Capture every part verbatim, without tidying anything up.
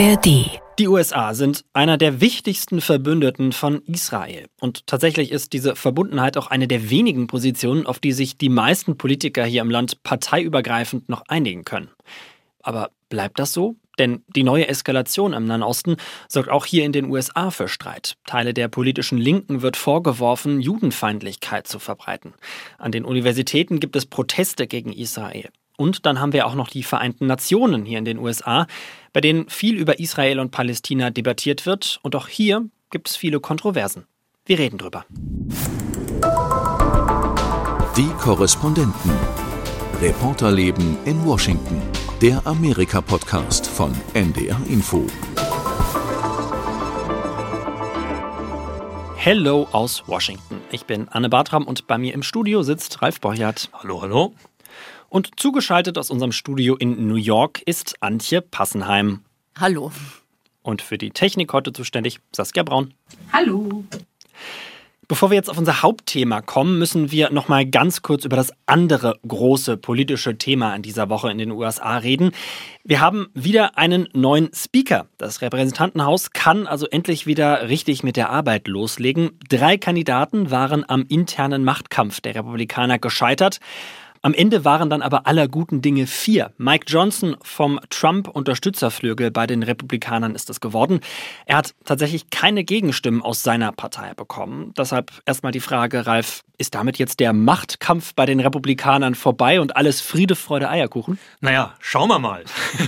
A R D. Die U S A sind einer der wichtigsten Verbündeten von Israel. Und tatsächlich ist diese Verbundenheit auch eine der wenigen Positionen, auf die sich die meisten Politiker hier im Land parteiübergreifend noch einigen können. Aber bleibt das so? Denn die neue Eskalation im Nahen Osten sorgt auch hier in den U S A für Streit. Teile der politischen Linken wird vorgeworfen, Judenfeindlichkeit zu verbreiten. An den Universitäten gibt es Proteste gegen Israel. Und dann haben wir auch noch die Vereinten Nationen hier in den U S A, bei denen viel über Israel und Palästina debattiert wird. Und auch hier gibt es viele Kontroversen. Wir reden drüber. Die Korrespondenten. Reporterleben in Washington. Der Amerika-Podcast von N D R Info. Hello aus Washington. Ich bin Anne Bartram und bei mir im Studio sitzt Ralf Borchardt. Hallo, hallo. Und zugeschaltet aus unserem Studio in New York ist Antje Passenheim. Hallo. Und für die Technik heute zuständig Saskia Braun. Hallo. Bevor wir jetzt auf unser Hauptthema kommen, müssen wir noch mal ganz kurz über das andere große politische Thema in dieser Woche in den U S A reden. Wir haben wieder einen neuen Speaker. Das Repräsentantenhaus kann also endlich wieder richtig mit der Arbeit loslegen. Drei Kandidaten waren am internen Machtkampf der Republikaner gescheitert. Am Ende waren dann aber aller guten Dinge vier. Mike Johnson vom Trump-Unterstützerflügel bei den Republikanern ist es geworden. Er hat tatsächlich keine Gegenstimmen aus seiner Partei bekommen. Deshalb erstmal die Frage, Ralf, ist damit jetzt der Machtkampf bei den Republikanern vorbei und alles Friede, Freude, Eierkuchen? Naja, schauen wir mal.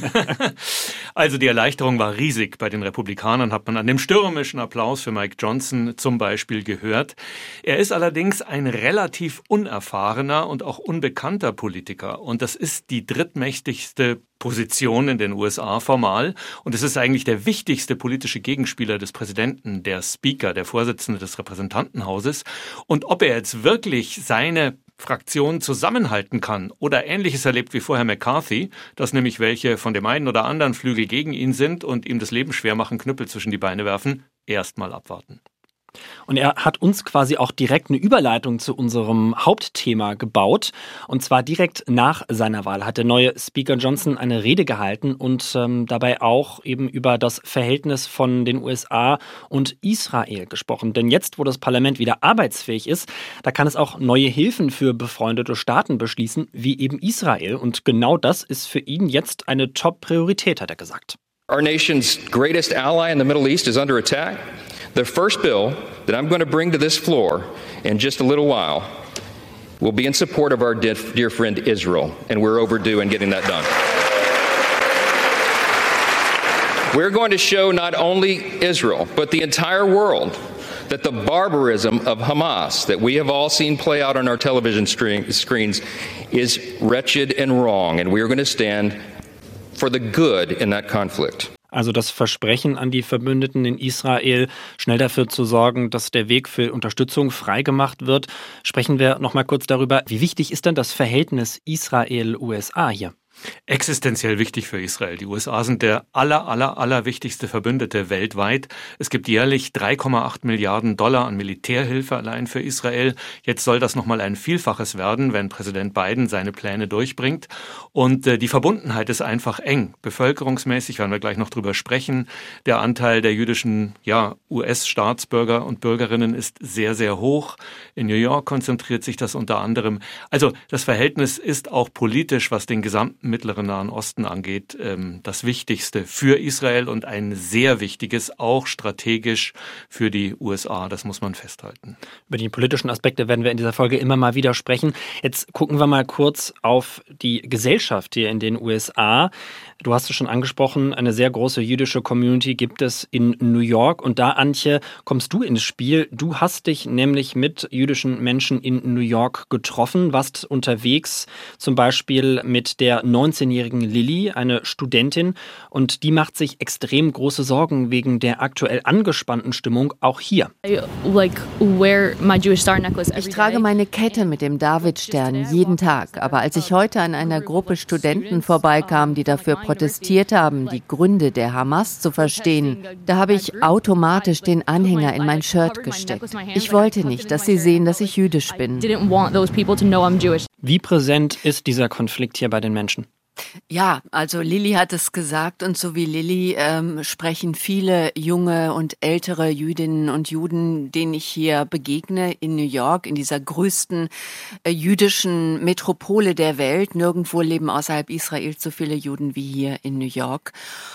Also die Erleichterung war riesig. Bei den Republikanern hat man an dem stürmischen Applaus für Mike Johnson zum Beispiel gehört. Er ist allerdings ein relativ unerfahrener und auch unbekannter Politiker. Und das ist die drittmächtigste Position in den U S A formal. Und es ist eigentlich der wichtigste politische Gegenspieler des Präsidenten, der Speaker, der Vorsitzende des Repräsentantenhauses. Und ob er jetzt wirklich seine Fraktion zusammenhalten kann oder Ähnliches erlebt wie vorher McCarthy, dass nämlich welche von dem einen oder anderen Flügel gegen ihn sind und ihm das Leben schwer machen, Knüppel zwischen die Beine werfen, erst mal abwarten. Und er hat uns quasi auch direkt eine Überleitung zu unserem Hauptthema gebaut. Und zwar direkt nach seiner Wahl hat der neue Speaker Johnson eine Rede gehalten und ähm, dabei auch eben über das Verhältnis von den U S A und Israel gesprochen. Denn jetzt, wo das Parlament wieder arbeitsfähig ist, da kann es auch neue Hilfen für befreundete Staaten beschließen, wie eben Israel. Und genau das ist für ihn jetzt eine Top-Priorität, hat er gesagt. Our nation's greatest ally in the Middle East is under attack. The first bill that I'm going to bring to this floor in just a little while will be in support of our dear friend Israel, and we're overdue in getting that done. We're going to show not only Israel, but the entire world that the barbarism of Hamas that we have all seen play out on our television screens is wretched and wrong, and we are going to stand for the good in that conflict. Also das Versprechen an die Verbündeten in Israel, schnell dafür zu sorgen, dass der Weg für Unterstützung freigemacht wird. Sprechen wir noch mal kurz darüber, wie wichtig ist denn das Verhältnis Israel-U S A hier? Existenziell wichtig für Israel. Die U S A sind der aller, aller, aller wichtigste Verbündete weltweit. Es gibt jährlich drei Komma acht Milliarden Dollar an Militärhilfe allein für Israel. Jetzt soll das nochmal ein Vielfaches werden, wenn Präsident Biden seine Pläne durchbringt. Und äh, die Verbundenheit ist einfach eng. Bevölkerungsmäßig werden wir gleich noch drüber sprechen. Der Anteil der jüdischen ja, U S-Staatsbürger und Bürgerinnen ist sehr, sehr hoch. In New York konzentriert sich das unter anderem. Also das Verhältnis ist auch politisch, was den gesamten Mittleren Nahen Osten angeht, das Wichtigste für Israel und ein sehr wichtiges, auch strategisch für die U S A. Das muss man festhalten. Über die politischen Aspekte werden wir in dieser Folge immer mal wieder sprechen. Jetzt gucken wir mal kurz auf die Gesellschaft hier in den U S A. Du hast es schon angesprochen, eine sehr große jüdische Community gibt es in New York. Und da, Antje, kommst du ins Spiel. Du hast dich nämlich mit jüdischen Menschen in New York getroffen, warst unterwegs, zum Beispiel mit der neunzehnjährigen Lilly, eine Studentin. Und die macht sich extrem große Sorgen wegen der aktuell angespannten Stimmung auch hier. Ich trage meine Kette mit dem Davidstern jeden Tag. Aber als ich heute an einer Gruppe Studenten vorbeikam, die dafür protestiert haben, die Gründe der Hamas zu verstehen, da habe ich automatisch den Anhänger in mein Shirt gesteckt. Ich wollte nicht, dass sie sehen, dass ich jüdisch bin. Wie präsent ist dieser Konflikt hier bei den Menschen? Ja, also Lilly hat es gesagt und so wie Lilly ähm, sprechen viele junge und ältere Jüdinnen und Juden, denen ich hier begegne in New York, in dieser größten äh, jüdischen Metropole der Welt. Nirgendwo leben außerhalb Israels so viele Juden wie hier in New York.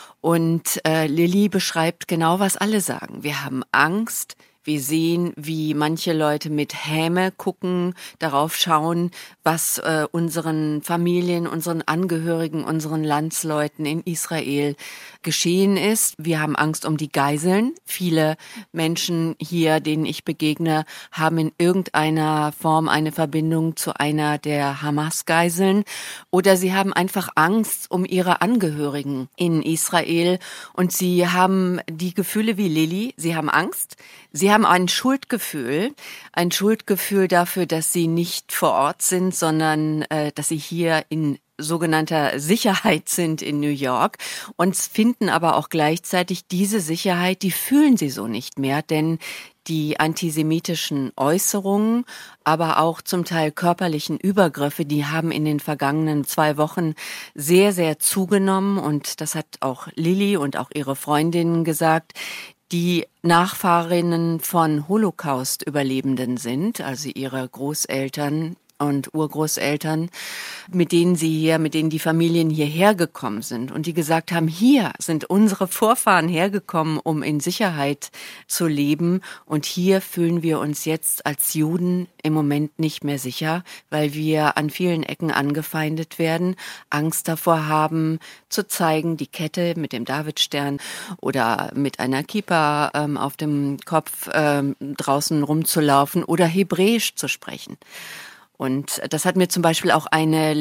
Und äh, Lilly beschreibt genau, was alle sagen. Wir haben Angst. Wir sehen, wie manche Leute mit Häme gucken, darauf schauen, was äh, unseren Familien, unseren Angehörigen, unseren Landsleuten in Israel geschehen ist. Wir haben Angst um die Geiseln. Viele Menschen hier, denen ich begegne, haben in irgendeiner Form eine Verbindung zu einer der Hamas-Geiseln. Oder sie haben einfach Angst um ihre Angehörigen in Israel. Und sie haben die Gefühle wie Lilly. Sie haben Angst. Sie haben ein Schuldgefühl, ein Schuldgefühl dafür, dass sie nicht vor Ort sind, sondern äh, dass sie hier in sogenannter Sicherheit sind in New York und finden aber auch gleichzeitig diese Sicherheit, die fühlen sie so nicht mehr, denn die antisemitischen Äußerungen, aber auch zum Teil körperlichen Übergriffe, die haben in den vergangenen zwei Wochen sehr, sehr zugenommen und das hat auch Lilly und auch ihre Freundinnen gesagt, die Nachfahrinnen von Holocaust-Überlebenden sind, also ihre Großeltern und Urgroßeltern, mit denen sie hier, mit denen die Familien hierher gekommen sind und die gesagt haben, hier sind unsere Vorfahren hergekommen, um in Sicherheit zu leben und hier fühlen wir uns jetzt als Juden im Moment nicht mehr sicher, weil wir an vielen Ecken angefeindet werden, Angst davor haben, zu zeigen, die Kette mit dem Davidstern oder mit einer Kippa ähm, auf dem Kopf ähm, draußen rumzulaufen oder Hebräisch zu sprechen. Und das hat mir zum Beispiel auch eine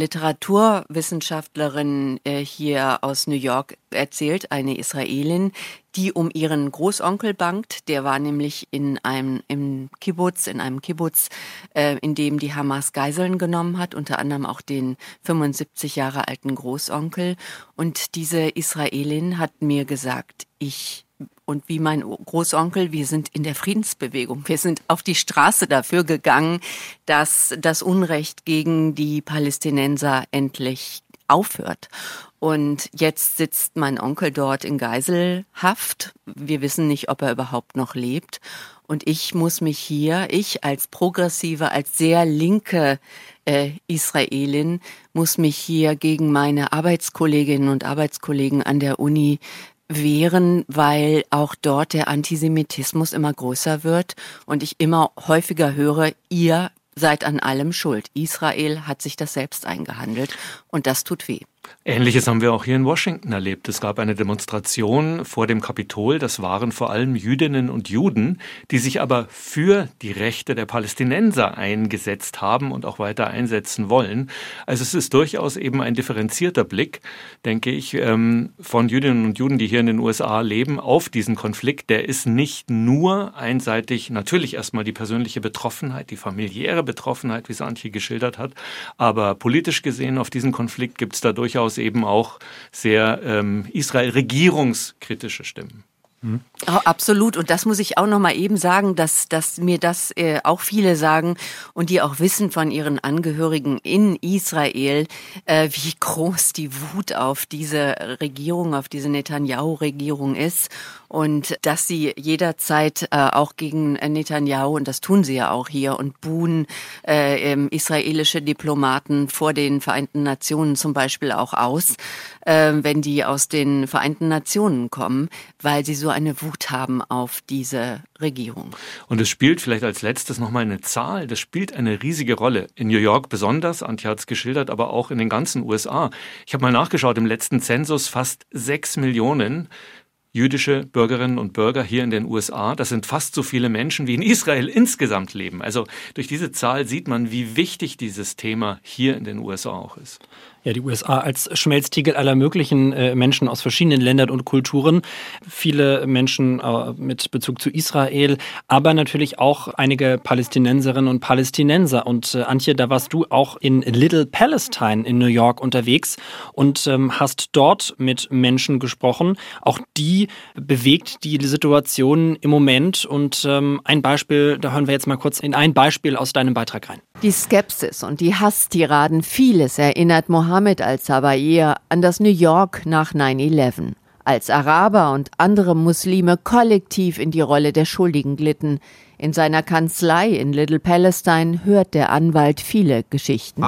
Literaturwissenschaftlerin äh, hier aus New York erzählt, eine Israelin, die um ihren Großonkel bangt. Der war nämlich in einem im Kibbutz, in einem Kibbutz, äh, in dem die Hamas Geiseln genommen hat, unter anderem auch den fünfundsiebzig Jahre alten Großonkel. Und diese Israelin hat mir gesagt, ich und wie mein Großonkel, wir sind in der Friedensbewegung. Wir sind auf die Straße dafür gegangen, dass das Unrecht gegen die Palästinenser endlich aufhört. Und jetzt sitzt mein Onkel dort in Geiselhaft. Wir wissen nicht, ob er überhaupt noch lebt. Und ich muss mich hier, ich als progressive, als sehr linke äh, Israelin, muss mich hier gegen meine Arbeitskolleginnen und Arbeitskollegen an der Uni wehren, weil auch dort der Antisemitismus immer größer wird und ich immer häufiger höre, ihr seid an allem schuld. Israel hat sich das selbst eingehandelt und das tut weh. Ähnliches haben wir auch hier in Washington erlebt. Es gab eine Demonstration vor dem Kapitol. Das waren vor allem Jüdinnen und Juden, die sich aber für die Rechte der Palästinenser eingesetzt haben und auch weiter einsetzen wollen. Also es ist durchaus eben ein differenzierter Blick, denke ich, von Jüdinnen und Juden, die hier in den U S A leben, auf diesen Konflikt. Der ist nicht nur einseitig, natürlich erstmal die persönliche Betroffenheit, die familiäre Betroffenheit, wie es Antje geschildert hat, aber politisch gesehen auf diesen Konflikt gibt es da durchaus eben auch sehr ähm, Israel-regierungskritische Stimmen. Mhm. Oh, absolut. Und das muss ich auch noch mal eben sagen, dass, dass mir das äh, auch viele sagen und die auch wissen von ihren Angehörigen in Israel, äh, wie groß die Wut auf diese Regierung, auf diese Netanyahu-Regierung ist. Und dass sie jederzeit äh, auch gegen Netanyahu, und das tun sie ja auch hier, und buhen äh, ähm, israelische Diplomaten vor den Vereinten Nationen zum Beispiel auch aus, äh, wenn die aus den Vereinten Nationen kommen, weil sie so eine Wut haben auf diese Regierung. Und es spielt vielleicht als letztes nochmal eine Zahl, das spielt eine riesige Rolle. In New York besonders, Antje hat es geschildert, aber auch in den ganzen U S A. Ich habe mal nachgeschaut, im letzten Zensus fast sechs Millionen jüdische Bürgerinnen und Bürger hier in den U S A. Das sind fast so viele Menschen, wie in Israel insgesamt leben. Also durch diese Zahl sieht man, wie wichtig dieses Thema hier in den U S A auch ist. Ja, die U S A als Schmelztiegel aller möglichen äh, Menschen aus verschiedenen Ländern und Kulturen. Viele Menschen äh, mit Bezug zu Israel, aber natürlich auch einige Palästinenserinnen und Palästinenser. Und äh, Antje, da warst du auch in Little Palestine in New York unterwegs und ähm, hast dort mit Menschen gesprochen, auch die Wie bewegt die Situation im Moment? Und ähm, ein Beispiel, da hören wir jetzt mal kurz in ein Beispiel aus deinem Beitrag rein. Die Skepsis und die Hasstiraden, vieles erinnert Mohammed al-Sabair an das New York nach neun elf. Als Araber und andere Muslime kollektiv in die Rolle der Schuldigen glitten. In seiner Kanzlei in Little Palestine hört der Anwalt viele Geschichten.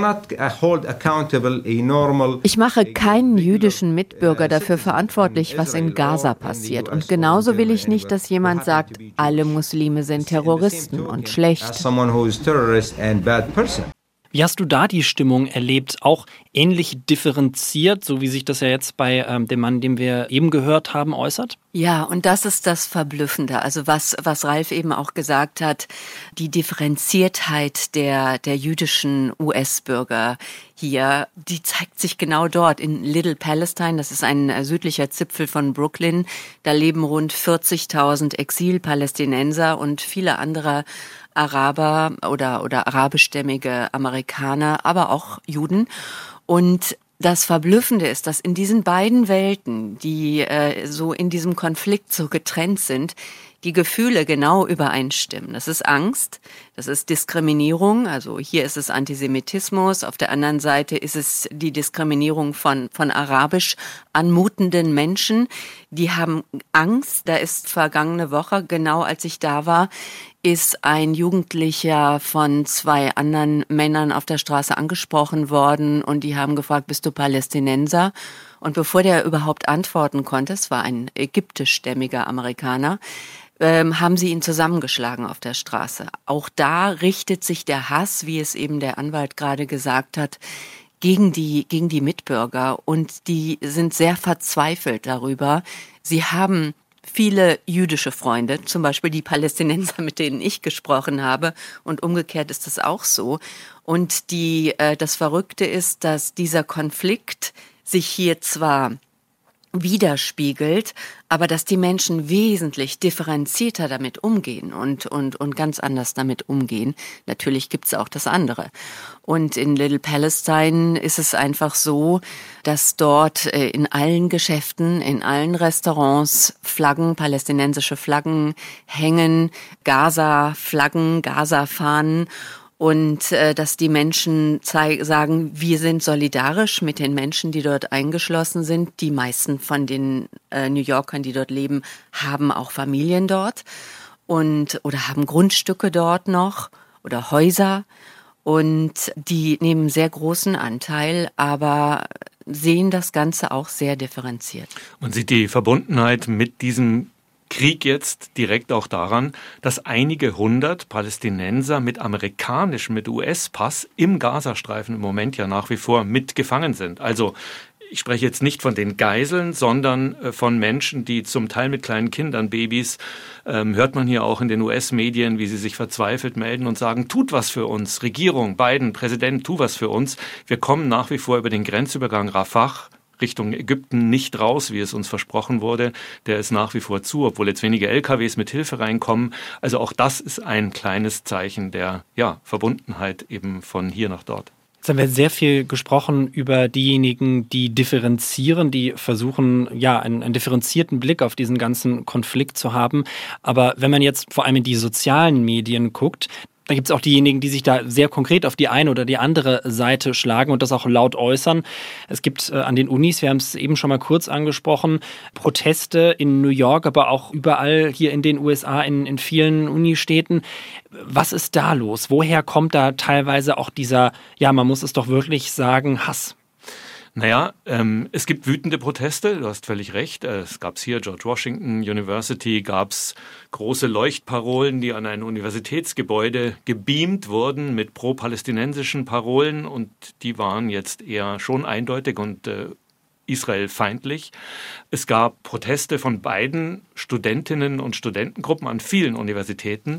Ich mache keinen jüdischen Mitbürger dafür verantwortlich, was in Gaza passiert. Und genauso will ich nicht, dass jemand sagt, alle Muslime sind Terroristen und schlecht. Wie hast du da die Stimmung erlebt? Auch ähnlich differenziert, so wie sich das ja jetzt bei ähm, dem Mann, den wir eben gehört haben, äußert? Ja, und das ist das Verblüffende. Also was, was Ralf eben auch gesagt hat, die Differenziertheit der, der jüdischen U S-Bürger hier, die zeigt sich genau dort in Little Palestine. Das ist ein südlicher Zipfel von Brooklyn. Da leben rund vierzigtausend Exil-Palästinenser und viele andere Araber oder, oder arabischstämmige Amerikaner, aber auch Juden. Und das Verblüffende ist, dass in diesen beiden Welten, die äh, so in diesem Konflikt so getrennt sind, die Gefühle genau übereinstimmen. Das ist Angst, das ist Diskriminierung, also hier ist es Antisemitismus, auf der anderen Seite ist es die Diskriminierung von, von arabisch anmutenden Menschen, die haben Angst. Da ist vergangene Woche, genau als ich da war, ist ein Jugendlicher von zwei anderen Männern auf der Straße angesprochen worden und die haben gefragt, bist du Palästinenser? Und bevor der überhaupt antworten konnte, es war ein ägyptischstämmiger Amerikaner, ähm, haben sie ihn zusammengeschlagen auf der Straße. Auch da richtet sich der Hass, wie es eben der Anwalt gerade gesagt hat, gegen die, gegen die Mitbürger und die sind sehr verzweifelt darüber. Sie haben viele jüdische Freunde, zum Beispiel die Palästinenser, mit denen ich gesprochen habe, und umgekehrt ist das auch so. Und die, äh, das Verrückte ist, dass dieser Konflikt sich hier zwar widerspiegelt, aber dass die Menschen wesentlich differenzierter damit umgehen und, und, und ganz anders damit umgehen. Natürlich gibt's auch das andere. Und in Little Palestine ist es einfach so, dass dort in allen Geschäften, in allen Restaurants Flaggen, palästinensische Flaggen hängen, Gaza-Flaggen, Gaza-Fahnen. Und äh, dass die Menschen zei- sagen, wir sind solidarisch mit den Menschen, die dort eingeschlossen sind. Die meisten von den äh, New Yorkern, die dort leben, haben auch Familien dort und oder haben Grundstücke dort noch oder Häuser. Und die nehmen sehr großen Anteil, aber sehen das Ganze auch sehr differenziert. Man sieht die Verbundenheit mit diesem Krieg jetzt direkt auch daran, dass einige hundert Palästinenser mit amerikanischem, mit U S-Pass im Gazastreifen im Moment ja nach wie vor mitgefangen sind. Also ich spreche jetzt nicht von den Geiseln, sondern von Menschen, die zum Teil mit kleinen Kindern, Babys, ähm, hört man hier auch in den U S-Medien, wie sie sich verzweifelt melden und sagen, tut was für uns, Regierung, Biden, Präsident, tu was für uns. Wir kommen nach wie vor über den Grenzübergang Rafah Richtung Ägypten nicht raus, wie es uns versprochen wurde. Der ist nach wie vor zu, obwohl jetzt wenige L K Ws mit Hilfe reinkommen. Also auch das ist ein kleines Zeichen der ja, Verbundenheit eben von hier nach dort. Jetzt haben wir sehr viel gesprochen über diejenigen, die differenzieren, die versuchen, ja, einen, einen differenzierten Blick auf diesen ganzen Konflikt zu haben. Aber wenn man jetzt vor allem in die sozialen Medien guckt, da gibt es auch diejenigen, die sich da sehr konkret auf die eine oder die andere Seite schlagen und das auch laut äußern. Es gibt äh, an den Unis, wir haben es eben schon mal kurz angesprochen, Proteste in New York, aber auch überall hier in den U S A, in, in vielen Unistädten. Was ist da los? Woher kommt da teilweise auch dieser, ja, man muss es doch wirklich sagen, Hass? Naja, ähm, es gibt wütende Proteste, du hast völlig recht. Es gab hier, George Washington University, gab es große Leuchtparolen, die an ein Universitätsgebäude gebeamt wurden mit pro-palästinensischen Parolen und die waren jetzt eher schon eindeutig und äh, israelfeindlich. Es gab Proteste von beiden Studentinnen und Studentengruppen an vielen Universitäten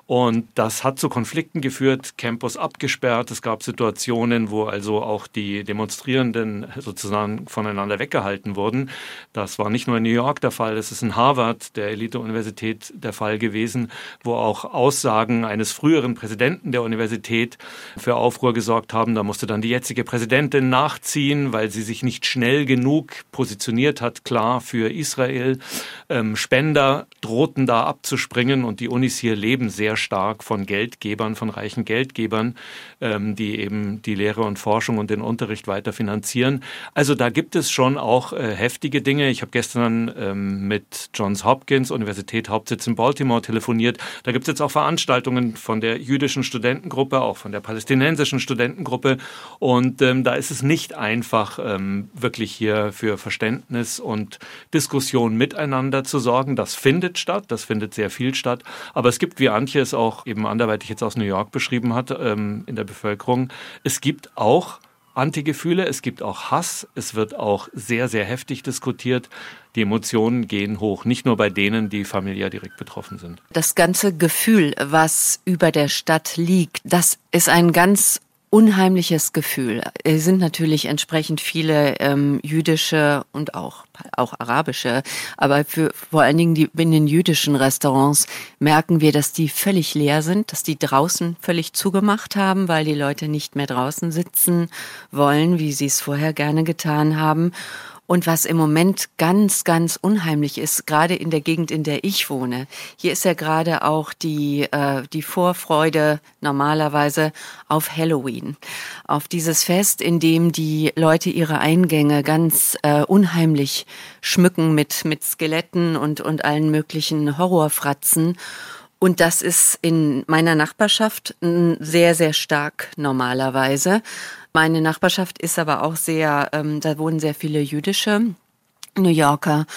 Und das hat zu Konflikten geführt, Campus abgesperrt. Es gab Situationen, wo also auch die Demonstrierenden sozusagen voneinander weggehalten wurden. Das war nicht nur in New York der Fall, es ist in Harvard, der Elite-Universität, der Fall gewesen, wo auch Aussagen eines früheren Präsidenten der Universität für Aufruhr gesorgt haben. Da musste dann die jetzige Präsidentin nachziehen, weil sie sich nicht schnell genug positioniert hat, klar für Israel. Ähm, Spender drohten da abzuspringen und die Unis hier leben sehr stark von Geldgebern, von reichen Geldgebern, ähm, die eben die Lehre und Forschung und den Unterricht weiter finanzieren. Also da gibt es schon auch äh, heftige Dinge. Ich habe gestern ähm, mit Johns Hopkins, Universität Hauptsitz in Baltimore, telefoniert. Da gibt es jetzt auch Veranstaltungen von der jüdischen Studentengruppe, auch von der palästinensischen Studentengruppe. Und ähm, da ist es nicht einfach, ähm, wirklich hier für Verständnis und Diskussion miteinander zu sorgen. Das findet statt, das findet sehr viel statt. Aber es gibt, wie Antje es auch eben anderweitig jetzt aus New York beschrieben hat, ähm, in der Bevölkerung, es gibt auch Antigefühle, es gibt auch Hass, es wird auch sehr, sehr heftig diskutiert. Die Emotionen gehen hoch, nicht nur bei denen, die familiär direkt betroffen sind. Das ganze Gefühl, was über der Stadt liegt, das ist ein ganz unheimliches Gefühl. Es sind natürlich entsprechend viele ähm, jüdische und auch auch arabische, aber für vor allen Dingen die in den jüdischen Restaurants merken wir, dass die völlig leer sind, dass die draußen völlig zugemacht haben, weil die Leute nicht mehr draußen sitzen wollen, wie sie es vorher gerne getan haben. Und was im Moment ganz, ganz unheimlich ist, gerade in der Gegend, in der ich wohne, hier ist ja gerade auch die äh, die Vorfreude normalerweise auf Halloween, auf dieses Fest, in dem die Leute ihre Eingänge ganz äh, unheimlich schmücken mit mit Skeletten und und allen möglichen Horrorfratzen. Und das ist in meiner Nachbarschaft sehr, sehr stark normalerweise. Meine Nachbarschaft ist aber auch sehr, ähm, da wohnen sehr viele jüdische New Yorker.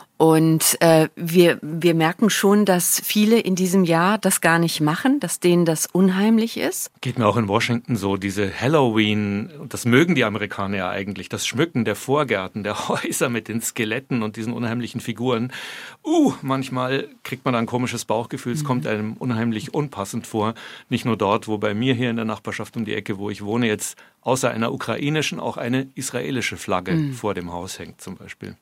Und äh, wir wir merken schon, dass viele in diesem Jahr das gar nicht machen, dass denen das unheimlich ist. Geht mir auch in Washington so, diese Halloween, das mögen die Amerikaner ja eigentlich, das Schmücken der Vorgärten, der Häuser mit den Skeletten und diesen unheimlichen Figuren. Uh, manchmal kriegt man da ein komisches Bauchgefühl, es mhm. kommt einem unheimlich unpassend vor. Nicht nur dort, wo bei mir hier in der Nachbarschaft um die Ecke, wo ich wohne, jetzt außer einer ukrainischen auch eine israelische Flagge mhm. vor dem Haus hängt zum Beispiel.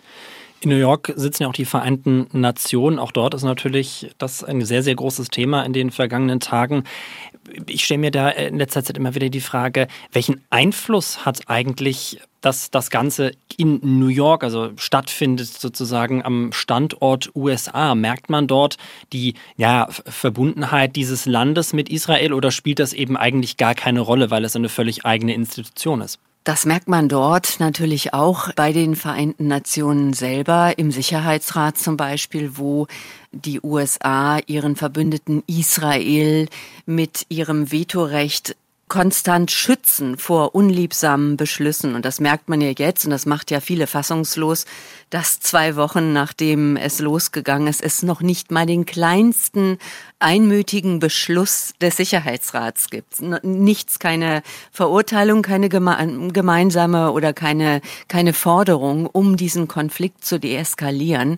In New York sitzen ja auch die Vereinten Nationen. Auch dort ist natürlich das ein sehr, sehr großes Thema in den vergangenen Tagen. Ich stelle mir da in letzter Zeit immer wieder die Frage, welchen Einfluss hat eigentlich dass das Ganze in New York, also stattfindet sozusagen am Standort U S A? Merkt man dort die ja, Verbundenheit dieses Landes mit Israel oder spielt das eben eigentlich gar keine Rolle, weil es eine völlig eigene Institution ist? Das merkt man dort natürlich auch bei den Vereinten Nationen selber, im Sicherheitsrat zum Beispiel, wo die U S A ihren Verbündeten Israel mit ihrem Vetorecht konstant schützen vor unliebsamen Beschlüssen. Und das merkt man ja jetzt, und das macht ja viele fassungslos, dass zwei Wochen nachdem es losgegangen ist, es noch nicht mal den kleinsten einmütigen Beschluss des Sicherheitsrats gibt. Nichts, keine Verurteilung, keine geme- gemeinsame oder keine, keine Forderung, um diesen Konflikt zu deeskalieren.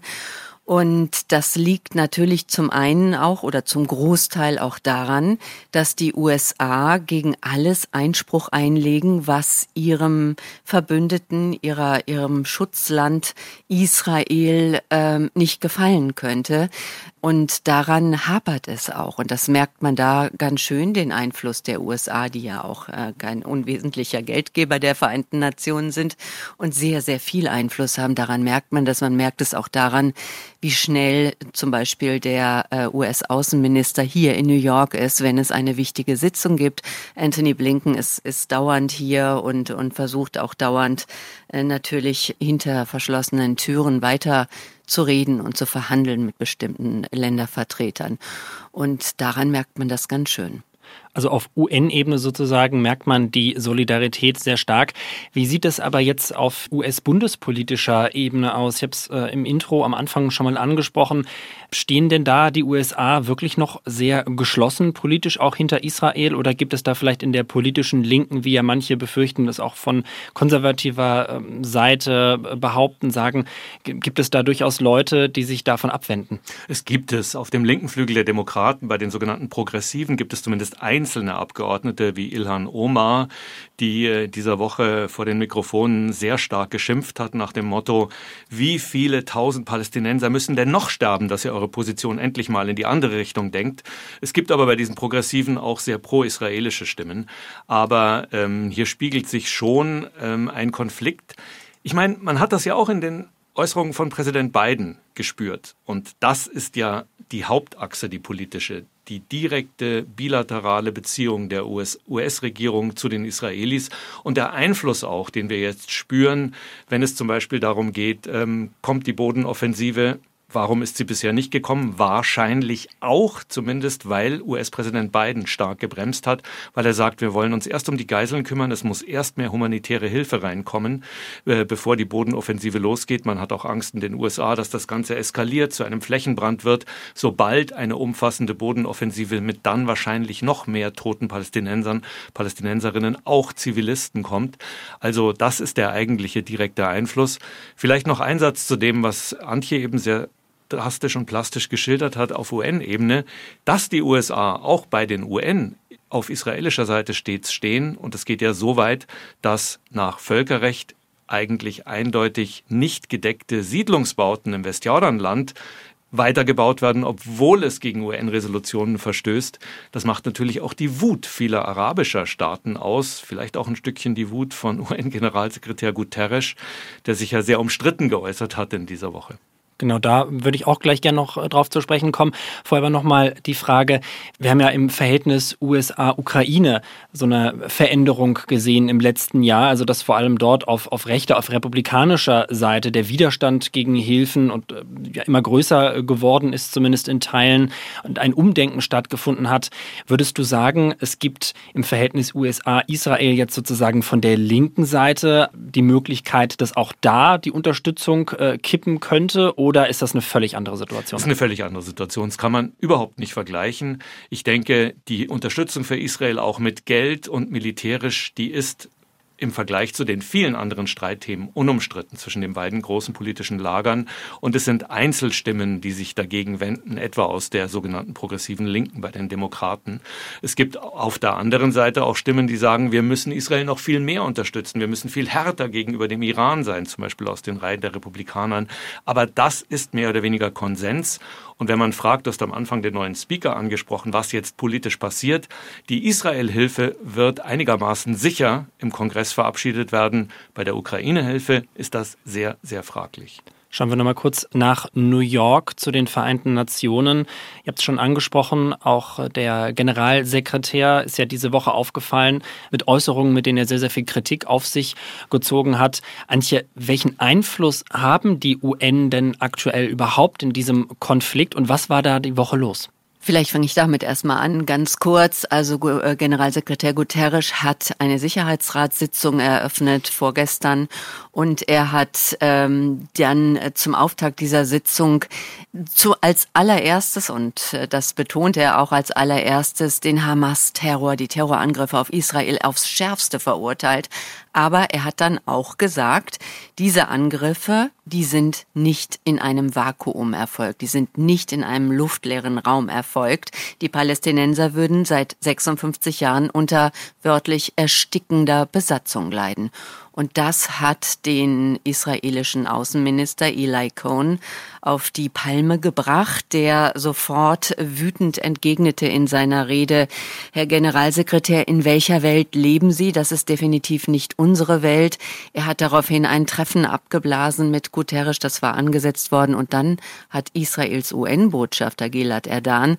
Und das liegt natürlich zum einen auch oder zum Großteil auch daran, dass die U S A gegen alles Einspruch einlegen, was ihrem Verbündeten, ihrer, ihrem Schutzland Israel ähm, nicht gefallen könnte. Und daran hapert es auch. Und das merkt man da ganz schön, den Einfluss der U S A, die ja auch äh, kein unwesentlicher Geldgeber der Vereinten Nationen sind und sehr, sehr viel Einfluss haben. Daran merkt man das. Man merkt es auch daran, wie schnell zum Beispiel der äh, U S-Außenminister hier in New York ist, wenn es eine wichtige Sitzung gibt. Anthony Blinken ist, ist dauernd hier und, und versucht auch dauernd äh, natürlich hinter verschlossenen Türen weiter zu reden und zu verhandeln mit bestimmten Ländervertretern. Und daran merkt man das ganz schön. Also auf U N-Ebene sozusagen merkt man die Solidarität sehr stark. Wie sieht es aber jetzt auf U S-bundespolitischer Ebene aus? Ich habe es äh, im Intro am Anfang schon mal angesprochen. Stehen denn da die U S A wirklich noch sehr geschlossen politisch auch hinter Israel oder gibt es da vielleicht in der politischen Linken, wie ja manche befürchten, das auch von konservativer ähm, Seite behaupten, sagen, gibt es da durchaus Leute, die sich davon abwenden? Es gibt es. Auf dem linken Flügel der Demokraten, bei den sogenannten Progressiven, gibt es zumindest einzelne Abgeordnete wie Ilhan Omar, die dieser Woche vor den Mikrofonen sehr stark geschimpft hat nach dem Motto, wie viele tausend Palästinenser müssen denn noch sterben, dass ihr eure Position endlich mal in die andere Richtung denkt. Es gibt aber bei diesen Progressiven auch sehr pro-israelische Stimmen. Aber ähm, hier spiegelt sich schon ähm, ein Konflikt. Ich meine, man hat das ja auch in den Äußerungen von Präsident Biden gespürt. Und das ist ja die Hauptachse, die politische, die direkte bilaterale Beziehung der U S-Regierung zu den Israelis und der Einfluss auch, den wir jetzt spüren, wenn es zum Beispiel darum geht, ähm, kommt die Bodenoffensive. Warum ist sie bisher nicht gekommen? Wahrscheinlich auch, zumindest weil U S-Präsident Biden stark gebremst hat, weil er sagt, wir wollen uns erst um die Geiseln kümmern, es muss erst mehr humanitäre Hilfe reinkommen, äh, bevor die Bodenoffensive losgeht. Man hat auch Angst in den U S A, dass das Ganze eskaliert, zu einem Flächenbrand wird, sobald eine umfassende Bodenoffensive mit dann wahrscheinlich noch mehr toten Palästinensern, Palästinenserinnen, auch Zivilisten kommt. Also das ist der eigentliche direkte Einfluss. Vielleicht noch ein Satz zu dem, was Antje eben sehr drastisch und plastisch geschildert hat auf U N-Ebene, dass die U S A auch bei den U N auf israelischer Seite stets stehen. Und es geht ja so weit, dass nach Völkerrecht eigentlich eindeutig nicht gedeckte Siedlungsbauten im Westjordanland weitergebaut werden, obwohl es gegen U N-Resolutionen verstößt. Das macht natürlich auch die Wut vieler arabischer Staaten aus, vielleicht auch ein Stückchen die Wut von U N-Generalsekretär Guterres, der sich ja sehr umstritten geäußert hat in dieser Woche. Genau, da würde ich auch gleich gerne noch drauf zu sprechen kommen. Vorher aber nochmal die Frage, wir haben ja im Verhältnis U S A-Ukraine so eine Veränderung gesehen im letzten Jahr, also dass vor allem dort auf, auf rechter, auf republikanischer Seite der Widerstand gegen Hilfen und äh, ja, immer größer geworden ist, zumindest in Teilen, und ein Umdenken stattgefunden hat. Würdest du sagen, es gibt im Verhältnis U S A-Israel jetzt sozusagen von der linken Seite die Möglichkeit, dass auch da die Unterstützung äh, kippen könnte? Oder ist das eine völlig andere Situation? Das ist eine völlig andere Situation. Das kann man überhaupt nicht vergleichen. Ich denke, die Unterstützung für Israel auch mit Geld und militärisch, die ist im Vergleich zu den vielen anderen Streitthemen unumstritten zwischen den beiden großen politischen Lagern. Und es sind Einzelstimmen, die sich dagegen wenden, etwa aus der sogenannten progressiven Linken bei den Demokraten. Es gibt auf der anderen Seite auch Stimmen, die sagen, wir müssen Israel noch viel mehr unterstützen. Wir müssen viel härter gegenüber dem Iran sein, zum Beispiel aus den Reihen der Republikanern. Aber das ist mehr oder weniger Konsens. Und wenn man fragt, du hast am Anfang den neuen Speaker angesprochen, was jetzt politisch passiert, die Israel-Hilfe wird einigermaßen sicher im Kongress verabschiedet werden. Bei der Ukraine-Hilfe ist das sehr, sehr fraglich. Schauen wir nochmal kurz nach New York zu den Vereinten Nationen. Ihr habt es schon angesprochen, auch der Generalsekretär ist ja diese Woche aufgefallen mit Äußerungen, mit denen er sehr, sehr viel Kritik auf sich gezogen hat. Antje, welchen Einfluss haben die U N denn aktuell überhaupt in diesem Konflikt und was war da die Woche los? Vielleicht fange ich damit erstmal an, ganz kurz. Also Generalsekretär Guterres hat eine Sicherheitsratssitzung eröffnet vorgestern und er hat ähm, dann zum Auftakt dieser Sitzung zu, als allererstes, und das betont er auch als allererstes, den Hamas-Terror, die Terrorangriffe auf Israel aufs Schärfste verurteilt. Aber er hat dann auch gesagt, diese Angriffe, die sind nicht in einem Vakuum erfolgt, die sind nicht in einem luftleeren Raum erfolgt. Die Palästinenser würden seit sechsundfünfzig Jahren unter wörtlich erstickender Besatzung leiden. Und das hat den israelischen Außenminister Eli Cohen auf die Palme gebracht, der sofort wütend entgegnete in seiner Rede: Herr Generalsekretär, in welcher Welt leben Sie? Das ist definitiv nicht unsere Welt. Er hat daraufhin ein Treffen abgeblasen mit Guterres, das war angesetzt worden. Und dann hat Israels U N-Botschafter Gilad Erdan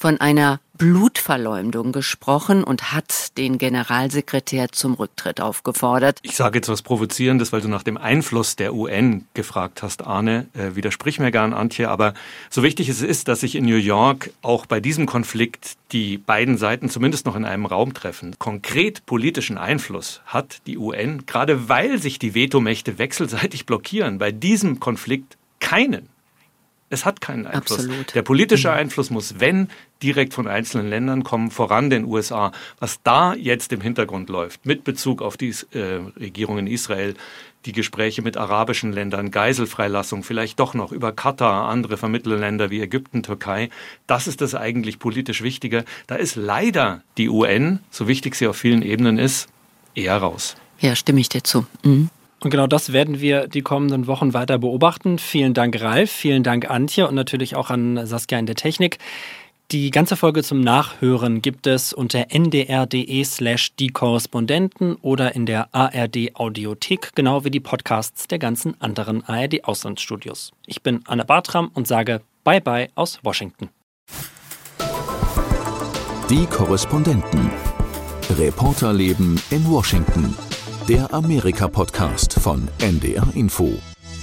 von einer Blutverleumdung gesprochen und hat den Generalsekretär zum Rücktritt aufgefordert. Ich sage jetzt was Provozierendes, weil du nach dem Einfluss der U N gefragt hast, Arne. Äh, widersprich mir gern, Antje, aber so wichtig es ist, dass sich in New York auch bei diesem Konflikt die beiden Seiten zumindest noch in einem Raum treffen. Konkret politischen Einfluss hat die U N, gerade weil sich die Vetomächte wechselseitig blockieren, bei diesem Konflikt keinen. Es hat keinen Einfluss. Absolut. Der politische Einfluss muss, wenn, direkt von einzelnen Ländern kommen, voran den U S A. Was da jetzt im Hintergrund läuft, mit Bezug auf die äh, Regierung in Israel, die Gespräche mit arabischen Ländern, Geiselfreilassung, vielleicht doch noch über Katar, andere Vermittlerländer wie Ägypten, Türkei, das ist das eigentlich politisch Wichtige. Da ist leider die U N, so wichtig sie auf vielen Ebenen ist, eher raus. Ja, stimme ich dir zu. Mhm. Und genau das werden wir die kommenden Wochen weiter beobachten. Vielen Dank, Ralf, vielen Dank, Antje und natürlich auch an Saskia in der Technik. Die ganze Folge zum Nachhören gibt es unter ndr.de slash die Korrespondenten oder in der A R D Audiothek, genau wie die Podcasts der ganzen anderen A R D Auslandsstudios. Ich bin Anne Bartram und sage Bye-bye aus Washington. Die Korrespondenten. Reporterleben in Washington. Der Amerika-Podcast von N D R Info.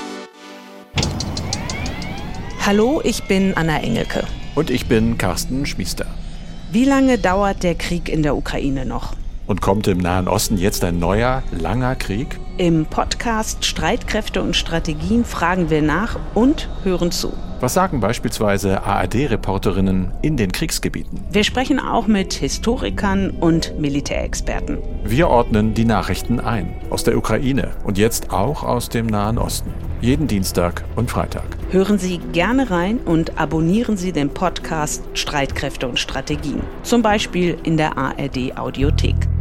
Hallo, ich bin Anna Engelke. Und ich bin Carsten Schmiester. Wie lange dauert der Krieg in der Ukraine noch? Und kommt im Nahen Osten jetzt ein neuer, langer Krieg? Im Podcast Streitkräfte und Strategien fragen wir nach und hören zu. Was sagen beispielsweise A R D-Reporterinnen in den Kriegsgebieten? Wir sprechen auch mit Historikern und Militärexperten. Wir ordnen die Nachrichten ein. Aus der Ukraine und jetzt auch aus dem Nahen Osten. Jeden Dienstag und Freitag. Hören Sie gerne rein und abonnieren Sie den Podcast Streitkräfte und Strategien. Zum Beispiel in der A R D Audiothek.